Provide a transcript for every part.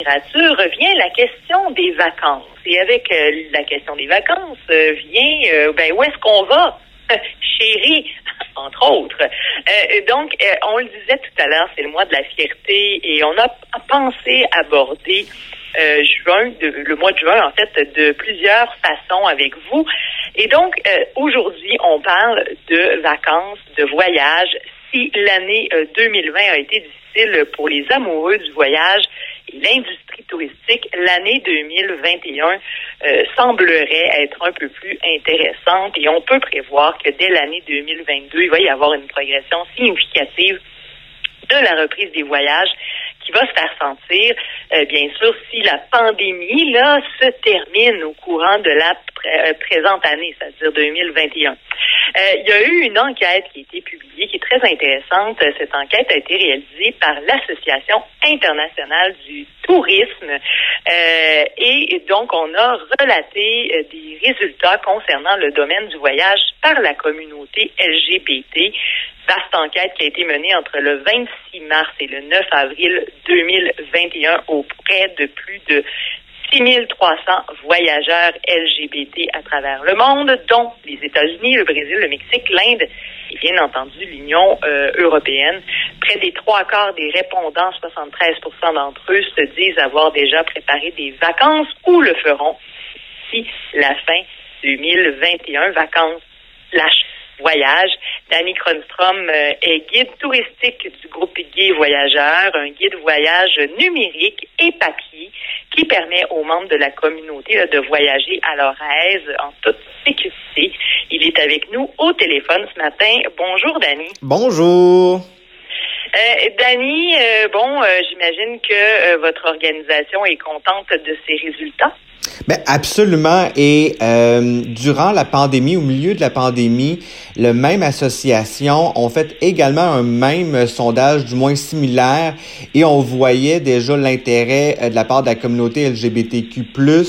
température revient la question des vacances. Et avec la question des vacances vient, où est-ce qu'on va? Chérie, entre autres. Donc, on le disait tout à l'heure, c'est le mois de la fierté et on a pensé aborder le mois de juin, en fait, de plusieurs façons avec vous. Et donc, aujourd'hui, on parle de vacances, de voyages. Si l'année 2020 a été difficile pour les amoureux du voyage et l'industrie touristique, l'année 2021 semblerait être un peu plus intéressante et on peut prévoir que dès l'année 2022, il va y avoir une progression significative de la reprise des voyages qui va se faire sentir, bien sûr, si la pandémie là se termine au courant de la présente année, c'est-à-dire 2021. Il y a eu une enquête qui a été publiée, qui est très intéressante. Cette enquête a été réalisée par l'Association internationale du tourisme. Et donc, on a relaté des résultats concernant le domaine du voyage par la communauté LGBT. Vaste enquête qui a été menée entre le 26 mars et le 9 avril 2021 auprès de plus de 6300 voyageurs LGBT à travers le monde, dont les États-Unis, le Brésil, le Mexique, l'Inde et bien entendu l'Union européenne. Près des 3/4 des répondants, 73% d'entre eux, se disent avoir déjà préparé des vacances ou le feront d'ici la fin 2021. Vacances / voyage. Dani Cronstrom est guide touristique du groupe Gai Voyageurs, un guide voyage numérique et papier qui permet aux membres de la communauté de voyager à leur aise en toute sécurité. Il est avec nous au téléphone ce matin. Bonjour, Dani. Bonjour. Dani, j'imagine que votre organisation est contente de ces résultats. Ben absolument. Et durant la pandémie, au milieu de la pandémie, le même association ont fait également un même sondage, du moins similaire, et on voyait déjà l'intérêt de la part de la communauté LGBTQ+,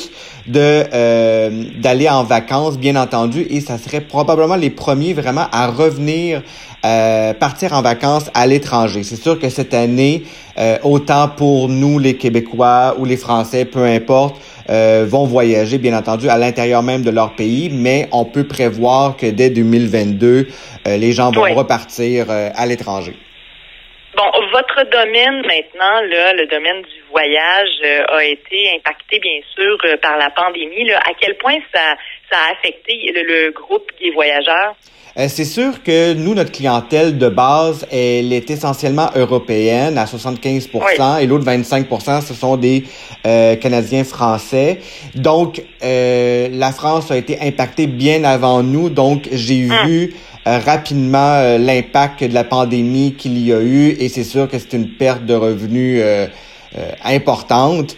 d'aller en vacances, bien entendu, et ça serait probablement les premiers vraiment à revenir partir en vacances à l'étranger. C'est sûr que cette année, autant pour nous, les Québécois ou les Français, peu importe, vont voyager, bien entendu, à l'intérieur même de leur pays, mais on peut prévoir que dès 2022, les gens vont repartir à l'étranger. Bon, votre domaine maintenant, là, le domaine du voyage a été impacté, bien sûr, par la pandémie. Là. À quel point ça a affecté le groupe Gai Voyageurs? C'est sûr que nous, notre clientèle de base, elle est essentiellement européenne à 75%, et l'autre 25%, ce sont des Canadiens français. Donc, la France a été impactée bien avant nous. Donc, j'ai vu rapidement l'impact de la pandémie qu'il y a eu, et c'est sûr que c'est une perte de revenus importante.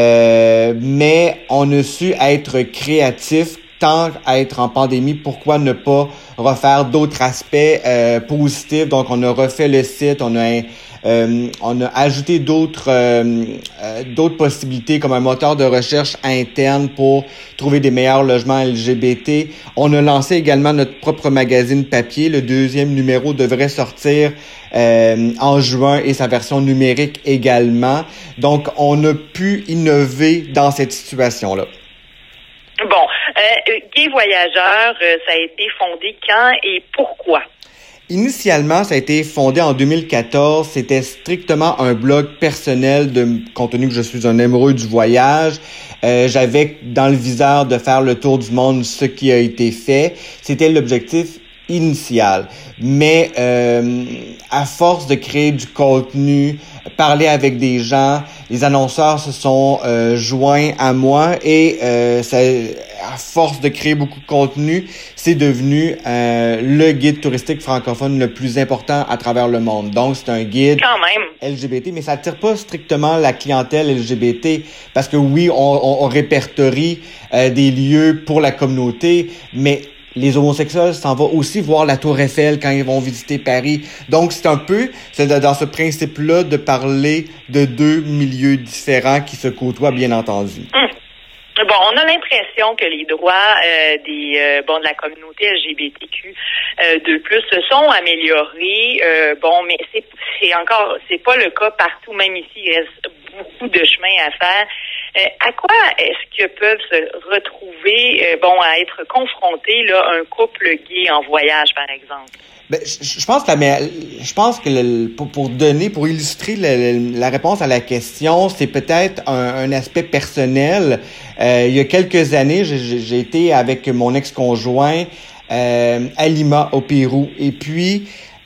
Mais on a su être créatif. Tant à être en pandémie, pourquoi ne pas refaire d'autres aspects positifs? Donc, on a refait le site, on a ajouté d'autres possibilités comme un moteur de recherche interne pour trouver des meilleurs logements LGBT. On a lancé également notre propre magazine papier. Le 2e numéro devrait sortir en juin et sa version numérique également. Donc, on a pu innover dans cette situation-là. Bon, Gai Voyageurs, ça a été fondé quand et pourquoi? Initialement, ça a été fondé en 2014. C'était strictement un blog personnel compte tenu que je suis un amoureux du voyage. J'avais dans le viseur de faire le tour du monde, ce qui a été fait. C'était l'objectif initial. Mais à force de créer du contenu, parler avec des gens, les annonceurs se sont joints à moi et à force de créer beaucoup de contenu, c'est devenu le guide touristique francophone le plus important à travers le monde. Donc, c'est un guide quand même LGBT, mais ça attire pas strictement la clientèle LGBT parce que oui, on répertorie des lieux pour la communauté, mais les homosexuels s'en vont aussi voir la Tour Eiffel quand ils vont visiter Paris. Donc, c'est dans ce principe-là de parler de deux milieux différents qui se côtoient, bien entendu. Bon, on a l'impression que les droits de la communauté LGBTQ de plus se sont améliorés. Mais c'est pas le cas partout, même ici. Il reste beaucoup de chemin à faire. À quoi est-ce que peuvent se retrouver, à être confrontés là, un couple gay en voyage, par exemple? Ben, je pense que pour illustrer la réponse à la question, c'est peut-être un aspect personnel. Il y a quelques années, j'ai été avec mon ex-conjoint à Lima, au Pérou, et puis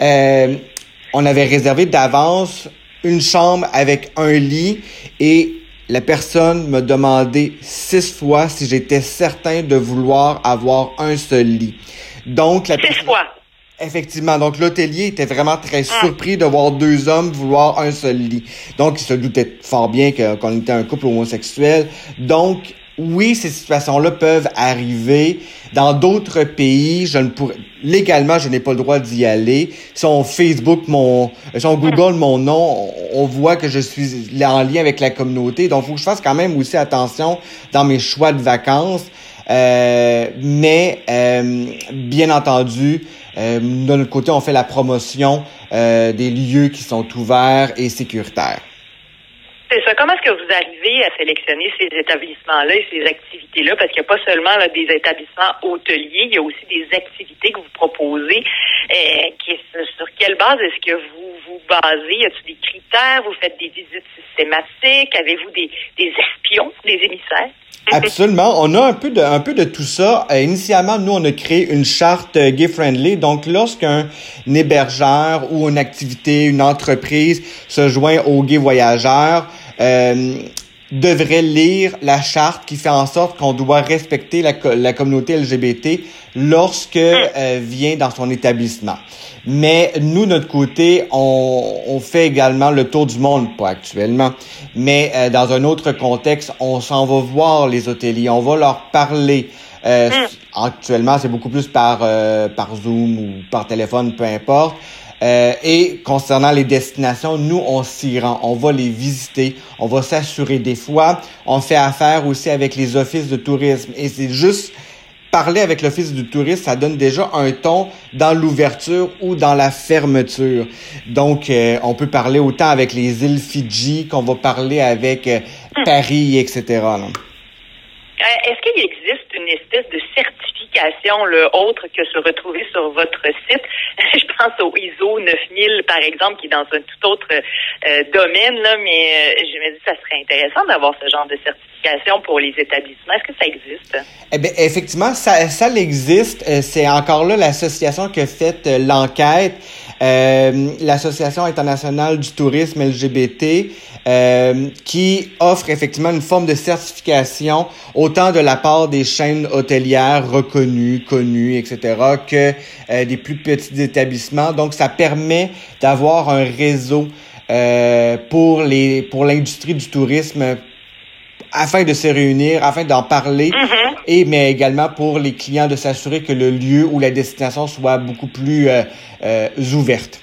on avait réservé d'avance une chambre avec un lit, et la personne m'a demandé 6 fois si j'étais certain de vouloir avoir un seul lit. Donc 6 fois. Effectivement. Donc, l'hôtelier était vraiment très surpris de voir 2 hommes vouloir un seul lit. Donc, il se doutait fort bien qu'on était un couple homosexuel. Donc, oui, ces situations-là peuvent arriver. Dans d'autres pays, légalement, je n'ai pas le droit d'y aller. Si on Google mon nom, on voit que je suis en lien avec la communauté. Donc, il faut que je fasse quand même aussi attention dans mes choix de vacances. Mais bien entendu, de notre côté, on fait la promotion des lieux qui sont ouverts et sécuritaires. C'est ça. Comment est-ce que vous arrivez à sélectionner ces établissements-là et ces activités-là? Parce qu'il n'y a pas seulement là, des établissements hôteliers, il y a aussi des activités que vous proposez. Sur quelle base est-ce que vous vous basez? Y a-t-il des critères? Vous faites des visites systématiques? Avez-vous des espions, des émissaires? Absolument. On a un peu de tout ça. Initialement, nous, on a créé une charte gay-friendly. Donc, lorsqu'un hébergeur ou une activité, une entreprise se joint aux gays voyageurs, devrait lire la charte qui fait en sorte qu'on doit respecter la communauté LGBT lorsque vient dans son établissement. Mais nous, notre côté, on fait également le tour du monde, pas actuellement, mais dans un autre contexte, on s'en va voir les hôteliers, on va leur parler. Actuellement, c'est beaucoup plus par Zoom ou par téléphone, peu importe. Et concernant les destinations, nous, on s'y rend, on va les visiter, on va s'assurer. Des fois, on fait affaire aussi avec les offices de tourisme. Et c'est juste parler avec l'office du tourisme, ça donne déjà un ton dans l'ouverture ou dans la fermeture. Donc, on peut parler autant avec les îles Fidji qu'on va parler avec Paris, etc. Là. Est-ce qu'il existe une espèce de certification autre que se retrouver sur votre site? Je pense au ISO 9000, par exemple, qui est dans un tout autre domaine, là, mais je me dis que ça serait intéressant d'avoir ce genre de certification pour les établissements. Est-ce que ça existe? Eh bien, effectivement, ça existe. C'est encore là l'association qui a fait l'enquête. L'Association internationale du tourisme LGBT qui offre effectivement une forme de certification autant de la part des chaînes hôtelières reconnues, connues, etc., que des plus petits établissements. Donc, ça permet d'avoir un réseau pour l'industrie du tourisme afin de se réunir, afin d'en parler, mais également pour les clients de s'assurer que le lieu ou la destination soit beaucoup plus ouverte.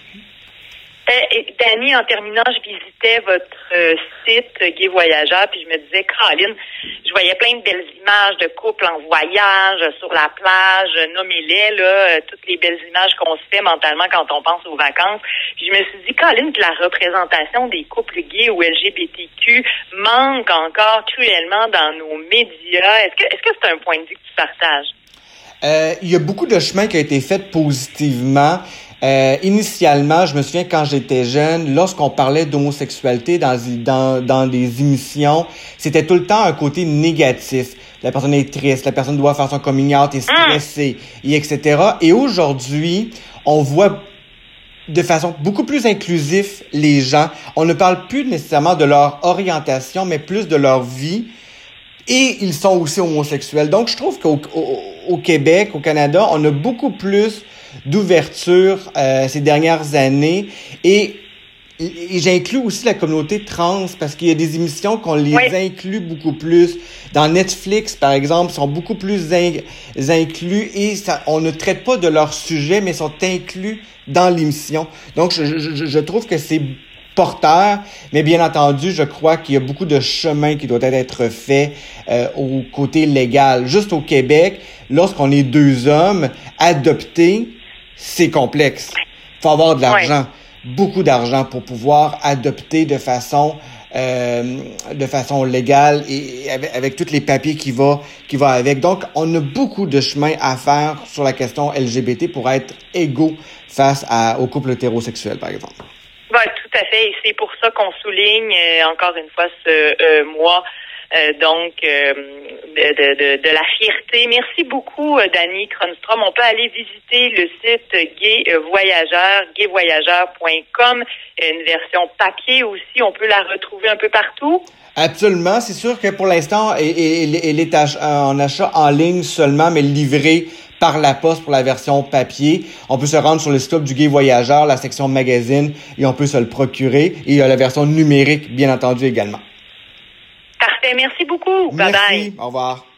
Dani, en terminant, je visitais votre site Gay Voyageur, puis je me disais, Caroline, je voyais plein de belles images de couples en voyage, sur la plage, nommez-les, là, toutes les belles images qu'on se fait mentalement quand on pense aux vacances. Puis je me suis dit, Caroline, que la représentation des couples gays ou LGBTQ manque encore cruellement dans nos médias. Est-ce que c'est un point de vue que tu partages? Il y a beaucoup de chemin qui a été fait positivement. Initialement, je me souviens quand j'étais jeune, lorsqu'on parlait d'homosexualité dans des émissions, c'était tout le temps un côté négatif. La personne est triste, la personne doit faire son coming out, est stressée, et etc. Et aujourd'hui, on voit de façon beaucoup plus inclusive les gens. On ne parle plus nécessairement de leur orientation, mais plus de leur vie. Et ils sont aussi homosexuels. Donc, je trouve qu'au Québec, au Canada, on a beaucoup plus d'ouverture ces dernières années. Et j'inclus aussi la communauté trans parce qu'il y a des émissions qu'on les inclut beaucoup plus. Dans Netflix, par exemple, sont beaucoup plus inclus et on ne traite pas de leur sujet, mais sont inclus dans l'émission. Donc, je trouve que c'est porteur, mais bien entendu, je crois qu'il y a beaucoup de chemin qui doit être fait au côté légal. Juste au Québec, lorsqu'on est 2 hommes, adopter, c'est complexe. Il faut avoir de l'argent, beaucoup d'argent pour pouvoir adopter de façon de façon légale et avec tous les papiers qui va avec. Donc, on a beaucoup de chemin à faire sur la question LGBT pour être égaux face aux couples hétérosexuels, par exemple. Oui, tout à fait. Et c'est pour ça qu'on souligne encore une fois ce mois de la fierté. Merci beaucoup, Dany Cronstrom. On peut aller visiter le site Gay Voyageur, gayvoyageur.com. Une version papier aussi. On peut la retrouver un peu partout. Absolument. C'est sûr que pour l'instant, elle est en achat en ligne seulement, mais livrée par la poste pour la version papier. On peut se rendre sur le site du Gay Voyageur, la section magazine, et on peut se le procurer. Et il y a la version numérique, bien entendu, également. Parfait. Merci beaucoup. Bye bye. Au revoir.